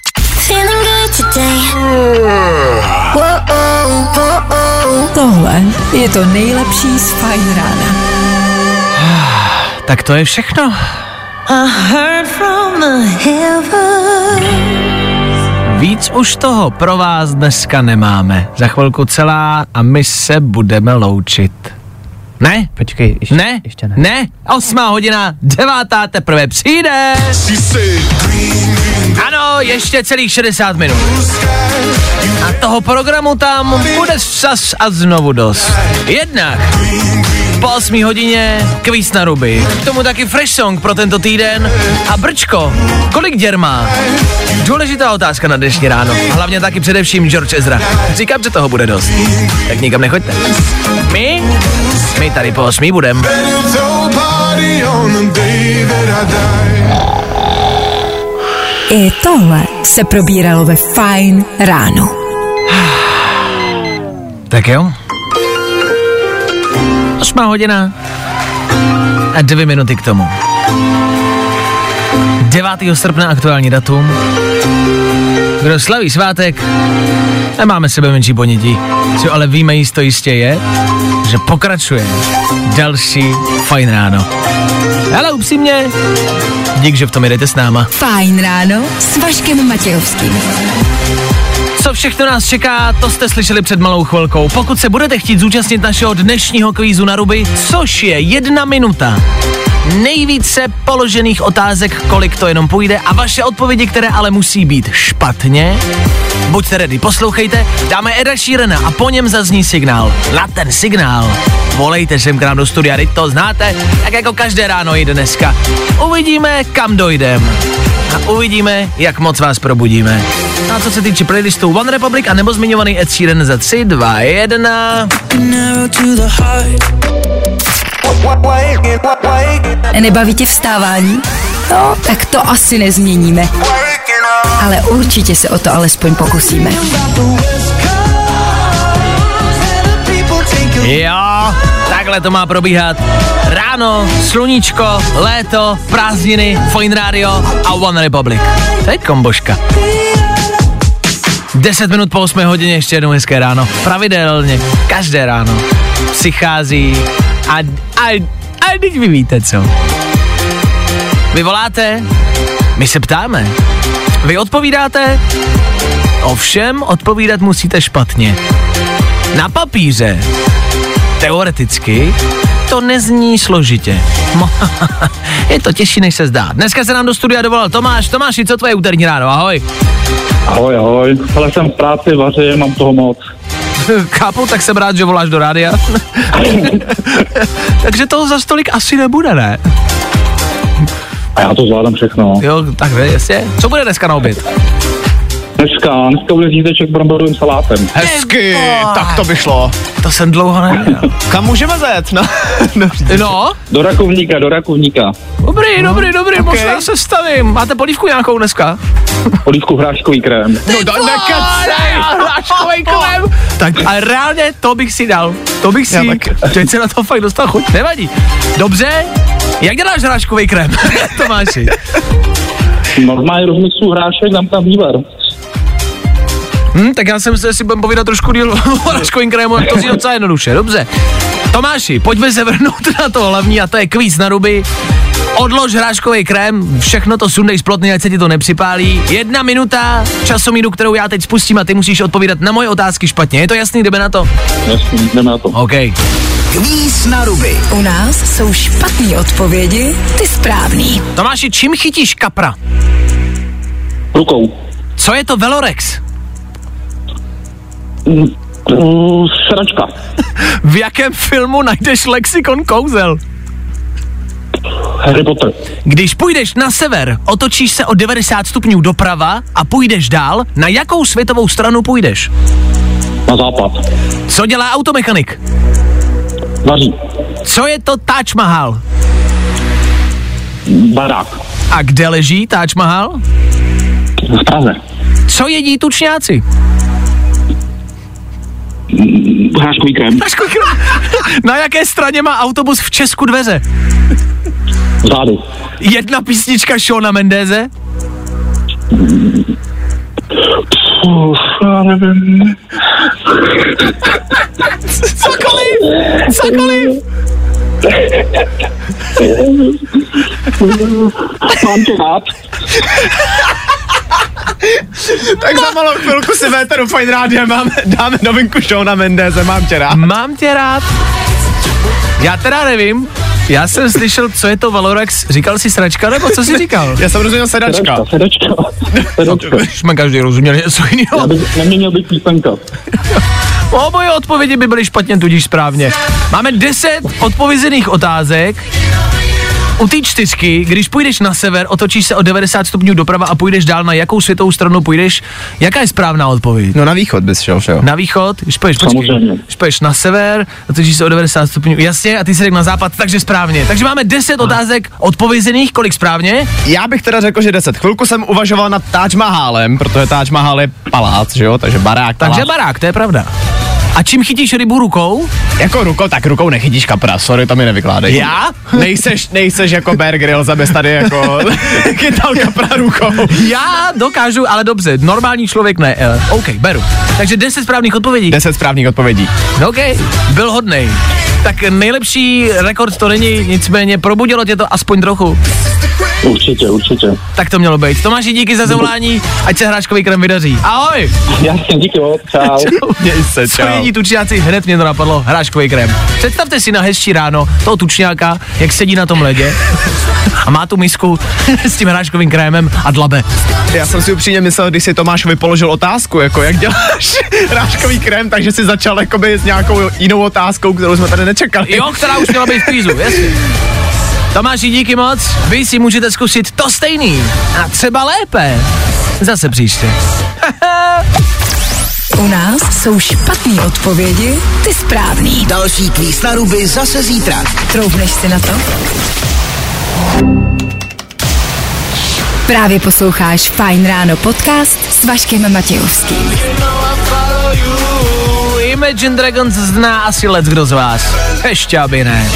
Tohle je to nejlepší z Fajn rána. Tak to je všechno. Víc už toho pro vás dneska nemáme. Za chvilku celá a my se budeme loučit. Ne? Počkej, ještě ne? Ještě ne. Ne? Osmá hodina, devátá teprve přijde. Ano, ještě celých šedesát minut. A toho programu tam bude čas a znovu dost. Jednak po osmý hodině kvíz na ruby. K tomu taky fresh song pro tento týden. A Brčko, kolik děr má? Důležitá otázka na dnešní ráno. A hlavně taky především George Ezra. Říkám, že toho bude dost. Tak nikam nechoďte. My? My tady po osmý budem. I tohle se probíralo ve Fajn ráno. Tak jo. Osmá hodina a dvě minuty k tomu. devátého srpna aktuální datum. Kdo slaví svátek, nemáme sebe menší ponětí. Co ale víme jisto jistě je, že pokračuje další Fajn ráno. Ale upřímně, dík, že v tom jdete s náma. Fajn ráno s Vaškem Matějovským. Co všechno nás čeká, to jste slyšeli před malou chvilkou. Pokud se budete chtít zúčastnit našeho dnešního kvízu na ruby, což je jedna minuta nejvíce položených otázek, kolik to jenom půjde, a vaše odpovědi, které ale musí být špatně. Buďte ready, poslouchejte, dáme Eda Sheerana a po něm zazní signál. Na ten signál volejte sem k nám do studia, teď to znáte, tak jako každé ráno i dneska. Uvidíme, kam dojdem. A uvidíme, jak moc vás probudíme. A co se týče playlistu One Republic a nebo zmiňovaný Ed Sheeran za tři, dva, jedna. Nebaví tě vstávání? No, tak to asi nezměníme. Ale určitě se o to alespoň pokusíme. Jo, takhle to má probíhat. Ráno, sluníčko, léto, prázdniny, Fajn rádio a One Republic. To je komboška. Deset minut po osmé hodině ještě jednou hezké ráno. Pravidelně, každé ráno přichází a, a, a teď vy víte co. Vy voláte, my se ptáme. Vy odpovídáte, ovšem odpovídat musíte špatně. Na papíře, teoreticky, to nezní složitě. Je to těžší, než se zdá. Dneska se nám do studia dovolal Tomáš. Tomáši, co tvoje úterní ráno? Ahoj. Ahoj, ahoj. Ale jsem v práci, vařím, mám toho moc. Chápu, tak jsem rád, že voláš do rádia. Takže toho za stolik asi nebude, ne? A já to zvládám všechno. Jo, tak vy, jasně. Co bude dneska na oběd? Dneska, dneska bude řízeček bramborovým salátem. Hezky, tak to by šlo. To jsem dlouho nevěděl. Kam můžeme zajet? No, no. Do Rakovníka, do Rakovníka. Dobrý, no, dobrý, dobrý, okay. Možná se stavím. Máte polívku nějakou dneska? Polívku hráškový krém. No, do, nekecej, hráškový krém. Tak a reálně to bych si dal. To bych si, teď se na to fakt dostal chuť. Nevadí. Dobře, jak děláš hráškový krém, Tomáši? Normálně rozmixu hrášek, dám tam vývar. Hm, tak já jsem se si budem povídat trošku díl o hráškovým krému, jak to si docela jednoduše, dobře. Tomáši, pojďme se vrhnout na to hlavní a to je kvíz na ruby. Odlož hráškový krém, všechno to sundej z plotny, ať se ti to nepřipálí. Jedna minuta časomíru, kterou já teď spustím a ty musíš odpovídat na moje otázky špatně. Je to jasný, jdeme na to? Jasný, jdeme na to. OK. Kvíz na ruby. U nás jsou špatný odpovědi, ty správný. Tomáši, čím chytíš kapra? Rukou. Co je to Velorex? Uh, sračka. V jakém filmu najdeš lexikon kouzel? Harry Potter. Když půjdeš na sever, otočíš se o devadesát stupňů doprava a půjdeš dál, na jakou světovou stranu půjdeš? Na západ. Co dělá automechanik? Vaří. Co je to Taj Mahal? Barák. A kde leží Taj Mahal? V Praze. Co jedí tučňáci? Hráškový krém. Hráškový krém. Na jaké straně má autobus v Česku dveře? Zádu. Jedna písnička Shona Mendeze? Uf, já nevím. Cokoliv! Cokoliv! Mám tě rád. Tak za malou chvilku si vete do Fajn rádia, máme, dáme novinku Shona Mendeze, mám tě rád. Mám tě rád. Já teda nevím, Já jsem slyšel, co je to Valorex. Říkal jsi sračka, nebo co jsi říkal? Já jsem rozuměl sedačka. Sedačka, sedačka. Jsme každý rozuměli něco jiného. Já bych neměl být písmenka. Oboje odpovědi by byly špatně, tudíž správně. Máme deset odpovězených otázek. U té čtyřky, když půjdeš na sever, otočíš se o devadesát stupňů doprava a půjdeš dál, na jakou světovou stranu půjdeš, jaká je správná odpověď? No na východ bys šel, všeho. Na východ, když půjdeš, počkej, když půjdeš na sever, otočíš se o devadesát stupňů, jasně, a ty se jdeš na západ, takže správně. Takže máme deset otázek odpovězených, kolik správně? Já bych teda řekl, že deset. Chvilku jsem uvažoval nad Taj Mahalem, protože Taj Mahal je palác, že jo, takže barák, palác. Takže barák, to je pravda. A čím chytíš rybu rukou? Jako rukou, tak rukou nechytíš kapra, sorry, to mi nevykládej. Já? Nejseš, nejseš jako Bear Grylls, abys tady jako chytal kapra rukou. Já dokážu, ale dobře, normální člověk ne. Uh, OK, beru. Takže deset správných odpovědí. deset správných odpovědí. OK, byl hodnej. Tak nejlepší rekord to není, nicméně probudilo tě to aspoň trochu. Určitě, určitě. Tak to mělo být. Tomáši, díky za zavolání, ať se hráškový krem vydaří. Ahoj! Jasně, díky moc, čau. Čau. Měj se, čau. Stojení tučňáci, hned mě to napadlo, hráškový krém. Představte si na hezčí ráno toho tučňáka, jak sedí na tom ledě a má tu misku s tím hráškovým krémem a dlabe. Já jsem si upřímně myslel, když si Tomášovi položil otázku, jako jak děláš hráškový krém, takže si začal jakoby s nějakou jinou otázkou, kterou jsme tady nečekali. Jo, která už měla být v kvízu, jasně. Tomáši, díky moc, vy si můžete zkusit to stejný a třeba lépe. Zase příště. U nás jsou špatný odpovědi, ty správný. Další kvíz na ruby zase zítra. Troufneš si na to? Právě posloucháš Fajn ráno podcast s Vaškem Matějovským. Imagine Dragons zná asi let kdo z vás. Ještě aby ne.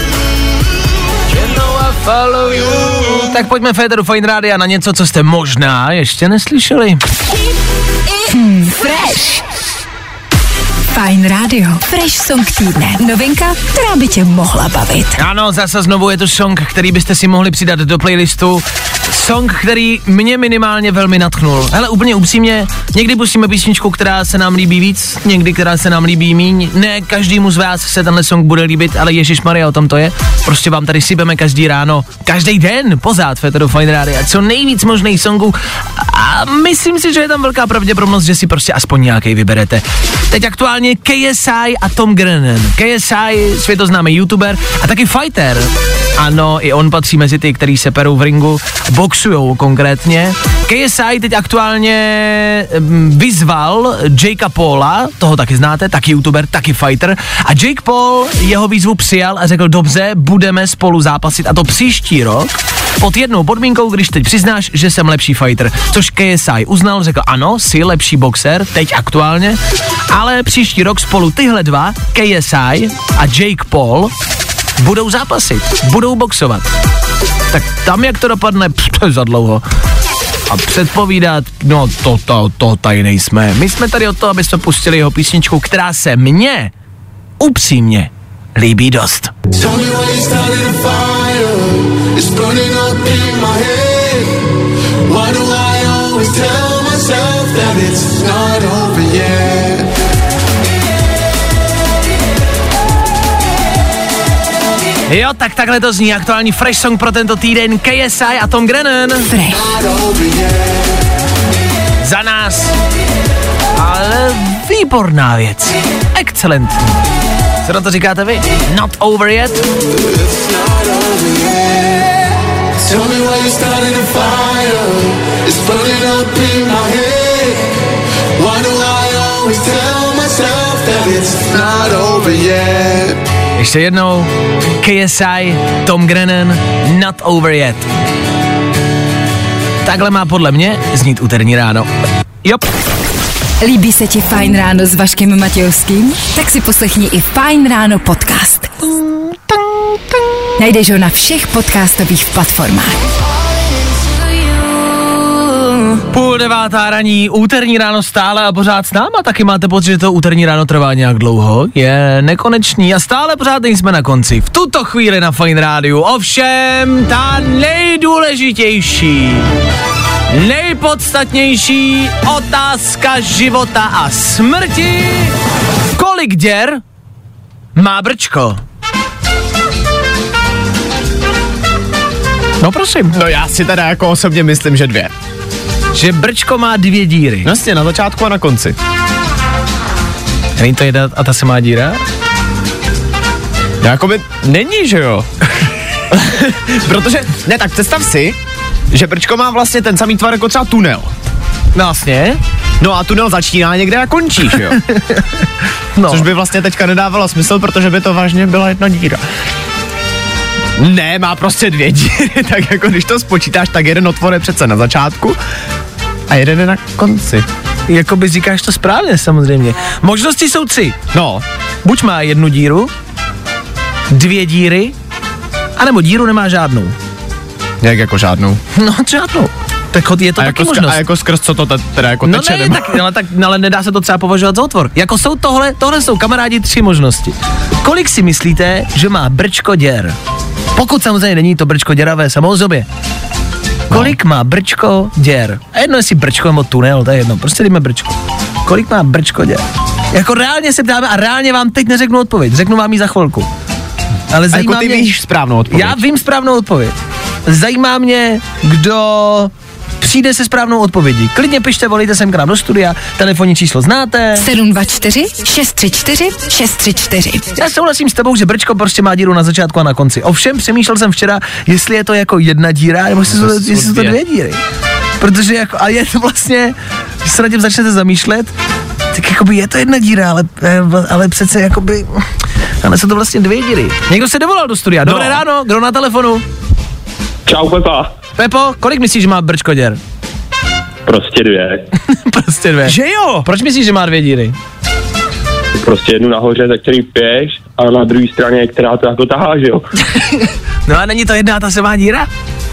Tak pojďme Féteru Fajn rádia na něco, co jste možná ještě neslyšeli. Hmm, fresh. Fajn rádio. Fresh song týdne. Novinka, která by tě mohla bavit. Ano, zase znovu je to song, který byste si mohli přidat do playlistu. Song, který mě minimálně velmi nadchnul. Hele, úplně upřímně, někdy pustíme písničku, která se nám líbí víc, někdy, která se nám líbí míň. Ne každému z vás se tenhle song bude líbit, ale ježišmarja, o tom to je. Prostě vám tady sypeme každý ráno, každý den pořád Féteru Fajn rádia, co nejvíc možných songů a myslím si, že je tam velká pravděpodobnost, že si prostě aspoň nějaký vyberete. Teď aktuálně K S I a Tom Grennan. K S I, světoznámý youtuber a taky fighter. Ano, i on patří mezi ty, který se perou v ringu, boxujou konkrétně. K S I teď aktuálně vyzval Jakea Paula, toho taky znáte, taky youtuber, taky fighter. A Jake Paul jeho výzvu přijal a řekl, dobře, budeme spolu zápasit a to příští rok. Pod jednou podmínkou, když teď přiznáš, že jsem lepší fighter, což K S I uznal, řekl ano, jsi lepší boxer, teď aktuálně, ale příští rok spolu tyhle dva, K S I a Jake Paul, budou zápasit, budou boxovat. Tak tam, jak to dopadne, pff, to je za dlouho. A předpovídat, no to, to, to tady nejsme. My jsme tady od toho, aby jsme pustili jeho písničku, která se mně upřímně líbí dost. Jo, tak takhle to zní aktuální fresh song pro tento týden K S I a Tom Grennan. Fresh. Za nás. Ale výborná věc. Excelentní. Co na to říkáte vy? Not over yet? Ještě jednou, K S I, Tom Grennan, Not over yet. Takhle má podle mě znít úterní ráno. Jop. Líbí se ti Fajn ráno s Vaškem Matějovským? Tak si poslechni i Fajn ráno podcast. Najdeš ho na všech podcastových platformách. Půl devátá raní, úterní ráno stále a pořád s náma, taky máte pocit, že to úterní ráno trvá nějak dlouho, je nekonečný a stále pořád nejsme na konci. V tuto chvíli na Fajn rádiu, ovšem ta nejdůležitější, nejpodstatnější otázka života a smrti, kolik děr má brčko? No prosím. No já si teda jako osobně myslím, že dvě. Že brčko má dvě díry. Vlastně na začátku a na konci. Není to jedna a ta se má díra? No, jakoby není, že jo? Protože, ne, tak představ si, že brčko má vlastně ten samý tvar jako třeba tunel. Vlastně. No a tunel začíná někde a končí, že jo? No. Což by vlastně teďka nedávalo smysl, protože by to vážně byla jedna díra. Ne, má prostě dvě díry, tak jako když to spočítáš, tak jeden otvor je přece na začátku a jeden je na konci. Jakoby říkáš to správně samozřejmě. Možnosti jsou tři. No. Buď má jednu díru, dvě díry, anebo díru nemá žádnou. Jak jako žádnou? No žádnou. Tak je to a taky jako možnost. Skr- a jako skrz co to teda jako no teče? Ne, tak, ale, tak, ale nedá se to třeba považovat za otvor. Jako jsou tohle, tohle jsou kamarádi tři možnosti. Kolik si myslíte, že má brčko děr? Pokud samozřejmě není to brčko děravé samo o sobě. Kolik no. má brčko děr? A jedno jestli brčko nebo tunel, to je jedno, prostě dejme brčko. Kolik má brčko děr? Jako reálně se ptáme a reálně vám teď neřeknu odpověď, řeknu vám ji za chvilku. Ale zajímá jako ty mě, víš správnou odpověď. Já vím správnou odpověď. Zajímá mě, kdo přijde se správnou odpovědí. Klidně pište, volejte sem k nám do studia, telefonní číslo znáte. sedm dva čtyři šest tři čtyři šest tři čtyři. Já souhlasím s tebou, že brčko prostě má díru na začátku a na konci. Ovšem přemýšlel jsem včera, jestli je to jako jedna díra, nebo jestli, to, jestli jsou to dvě díry. Protože jako, a je to vlastně, když se na tím začnete zamýšlet, tak jakoby je to jedna díra, ale, ale přece jakoby, ale jsou to vlastně dvě díry. Někdo se dovolal do studia. Dobré no. ráno, kdo na telefonu? Čau, Pepa. Pepo, kolik myslíš, že má brčko děr? Prostě dvě. Prostě dvě. Že jo? Proč myslíš, že má dvě díry? Prostě jednu nahoře, za který piješ, a na druhé straně, která to jako tahá, že jo? No a není to jedna, ta se má díra?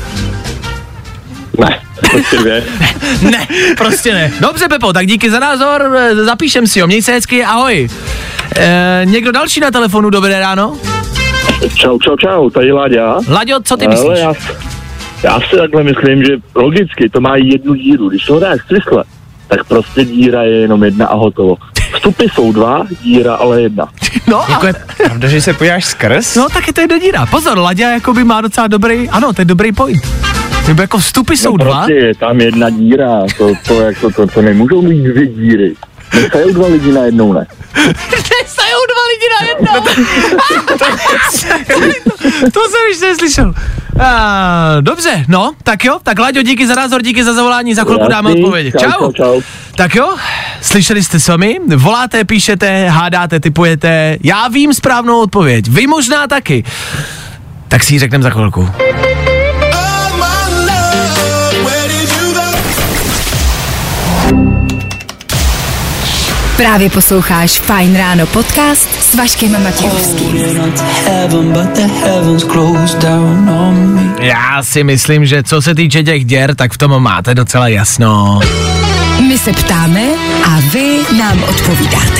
Ne, prostě dvě. Ne, prostě ne. Dobře, Pepo, tak díky za názor, zapíšem si ho, měj se hezky, ahoj. E, někdo další na telefonu, dobré ráno? Čau, čau, čau, tady Láďa. Laďo, co ty myslíš? Ale já, já si takhle myslím, že logicky to má jednu díru. Když to dáš svisle, tak prostě díra je jenom jedna a hotovo. Vstupy jsou dva, díra ale jedna. No, jako a... je pravda, že se podíváš skrz? No, tak je to jedna díra. Pozor, Laďa jakoby má docela dobrý, ano, to je dobrý point. Nebo jako vstupy jsou no, dva. Prostě je tam jedna díra, to, to, jako, to, to nemůžou mít dvě díry. Nestajou dva lidi na jednou, ne? Nestajou dva lidi na jednou. to, to, to jsem ještě neslyšel. A, dobře, no, tak jo, tak Láďo, díky za názor, díky za zavolání, za chvilku dáme odpovědi. Čau, čau, čau. Tak jo, slyšeli jste sami, voláte, píšete, hádáte, tipujete, já vím správnou odpověď, vy možná taky. Tak si ji řekneme za chvilku. Právě posloucháš Fajn ráno podcast s Vaškem Matějovským. Já si myslím, že co se týče těch děr, tak v tom máte docela jasno. My se ptáme a vy nám odpovídáte.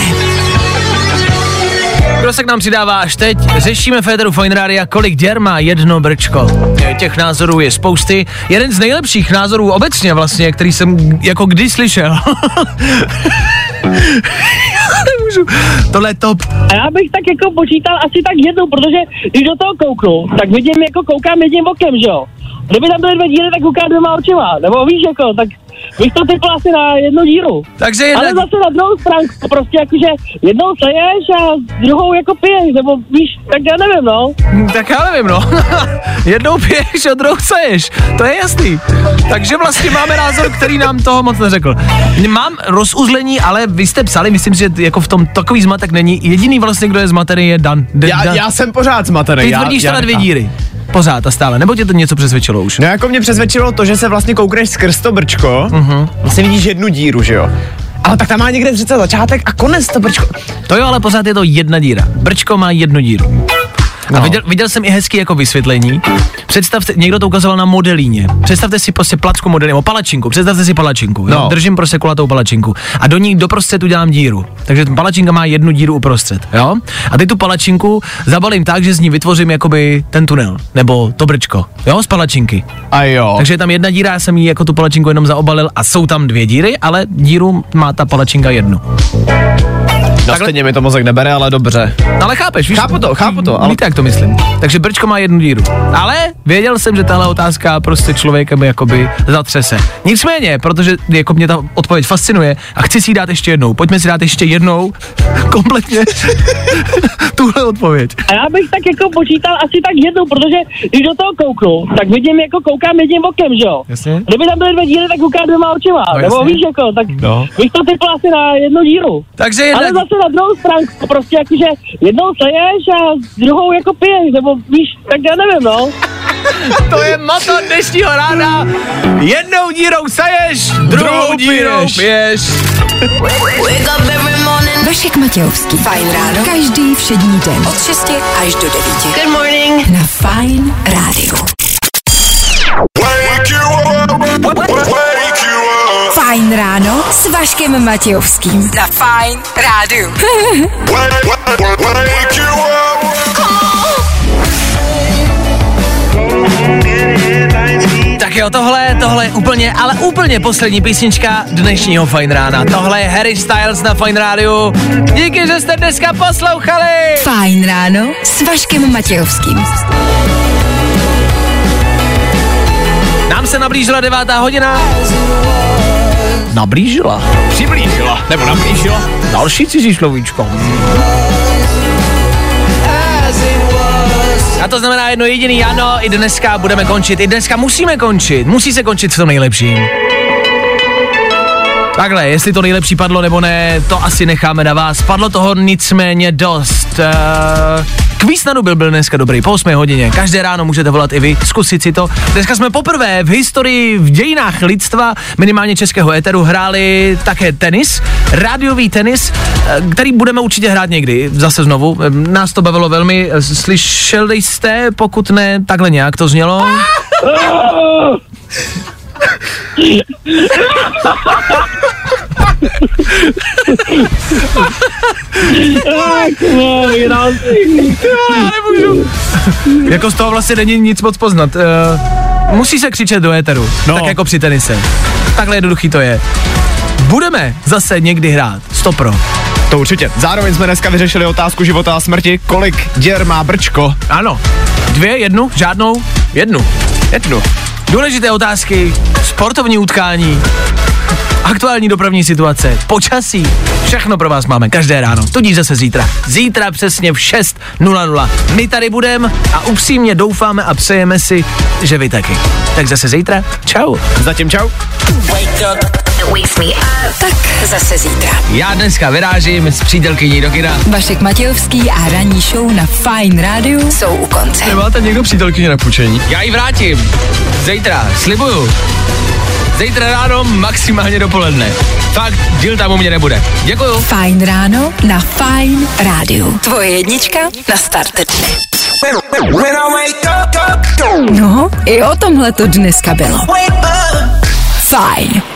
Kdo se k nám přidává až teď? Řešíme Féteru Fajn rádia, kolik děr má jedno brčko. Těch názorů je spousty. Jeden z nejlepších názorů obecně vlastně, který jsem jako kdy slyšel. Nemůžu. Tohle je top. A já bych tak jako počítal asi tak jednou, protože když do toho kouknu, tak vidím, jako koukám jedním okem, že jo? Kdyby tam byly dvě díry, tak koukám dvěma očima, nebo víš jako, tak bych to typl asi na jednu díru. Takže jedna... Ale zase na druhou stránku, prostě jakože jednou seješ a druhou jako piješ, nebo víš, tak já nevím, no. Tak já nevím, no. Jednou piješ a druhou seješ, to je jasný. Takže vlastně máme názor, který nám toho moc neřekl. Mám rozuzlení, ale vy jste psali, myslím, že jako v tom takový zmatek není. Jediný vlastně, kdo je zmatený, je Dan. De, já, Dan. já jsem pořád zmatený. Ty tvrdíš to na dvě díry. Pořád a stále, nebo tě to něco přesvědčilo už? No jako mě přesvědčilo to, že se vlastně koukneš skrz to brčko, uh-huh. vlastně vidíš jednu díru, že jo? Ale tak tam má někde přece začátek a konec to brčko. To jo, ale pořád je to jedna díra. Brčko má jednu díru. No. A viděl, viděl jsem i hezký jako vysvětlení. Představte, někdo to ukazoval na modelíně. Představte si prostě placku modelí, nebo palačinku. Představte si palačinku. No. Držím prostě kulatou palačinku. A do ní doprostřed udělám díru. Takže palačinka má jednu díru uprostřed, jo? A teď tu palačinku zabalím tak, že z ní vytvořím jakoby ten tunel, nebo to brčko, jo, z palačinky. A jo. Takže je tam jedna díra, já jsem jí jako tu palačinku jenom zaobalil a jsou tam dvě díry, ale díru má ta palačinka jednu. No stejně mi to mozek nebere, ale dobře. Ale chápeš, víš? Chápu to, chápu to, ale... Víte, jak to myslím. Takže brčko má jednu díru. Ale věděl jsem, že tahle otázka prostě člověkem jakoby zatřese. Nicméně, protože jako mě ta odpověď fascinuje a chci si ji dát ještě jednou. Pojďme si dát ještě jednou kompletně tuhle odpověď. A já bych tak jako počítal asi tak jednou, protože když do toho kouknu, tak vidím jako koukám jedním okem, že jo? Jasně. Kdyby tam byly dvě díry, tak koukám dvěma očima. No, nebo jasně. víš jako, tak No. bych to typl asi na jednu díru. Takže jedna... Ale zase na druhou stránku, prostě jakože jednou seješ a druhou jako piješ, nebo víš, tak já nevím, no. To je moto dnešního rána. Jednou dírou saješ, druhou dírou piješ. Vašek Matějovský. Fajn ráno. Každý všední den. Od šesti až do devíti. Good morning. Na Fajn rádiu. Fajn ráno s Vaškem Matějovským. Na Fajn rádiu. Tak jo, tohle, tohle je úplně, ale úplně poslední písnička dnešního Fajn rána. Tohle je Harry Styles na Fajn rádiu. Díky, že jste dneska poslouchali. Fajn ráno s Vaškem Matějovským. Nám se nablížila devátá hodina. Nablížila. Přiblížila, nebo nablížila. Další cizí slovíčko. A to znamená jedno jediný ano, i dneska budeme končit, i dneska musíme končit, musí se končit v tom nejlepším. Takhle, jestli to nejlepší padlo nebo ne, to asi necháme na vás. Padlo toho nicméně dost. Uh, Kvíz na Nubil byl dneska dobrý, po osmé hodině. Každé ráno můžete volat i vy, zkusit si to. Dneska jsme poprvé v historii, v dějinách lidstva, minimálně českého éteru, hráli také tenis, rádiový tenis, který budeme určitě hrát někdy, zase znovu. Nás to bavilo velmi. Slyšeli jste, pokud ne, takhle nějak to znělo? Jako z toho vlastně není nic moc poznat. Uh, musí se křičet do éteru, no. Tak jako při tenise. Takhle jednoduchý to je. Budeme zase někdy hrát, stopro. To určitě. Zároveň jsme dneska vyřešili otázku života a smrti. Kolik děr má brčko? Ano. Dvě, jednu, žádnou, jednu. Jednu. Důležité otázky, sportovní utkání, aktuální dopravní situace, počasí, všechno pro vás máme každé ráno, tudíž zase zítra. Zítra přesně v šest nula nula. My tady budeme a upřímně doufáme a přejeme si, že vy taky. Tak zase zítra, čau. Zatím čau. Tak zase zítra. Já dneska vyrážím s přítelkyní do kina. Vašek Matějovský a ranní show na Fajn rádiu jsou u konce. Nemáte někdo přítelkyni na půjčení? Já ji vrátím. Zítra, slibuju. Zítra ráno maximálně dopoledne. Fakt, díl tam u mě nebude. Děkuju. Fajn ráno na Fajn rádiu. Tvoje jednička na start dne. No, i o tomhle to dneska bylo. Fajn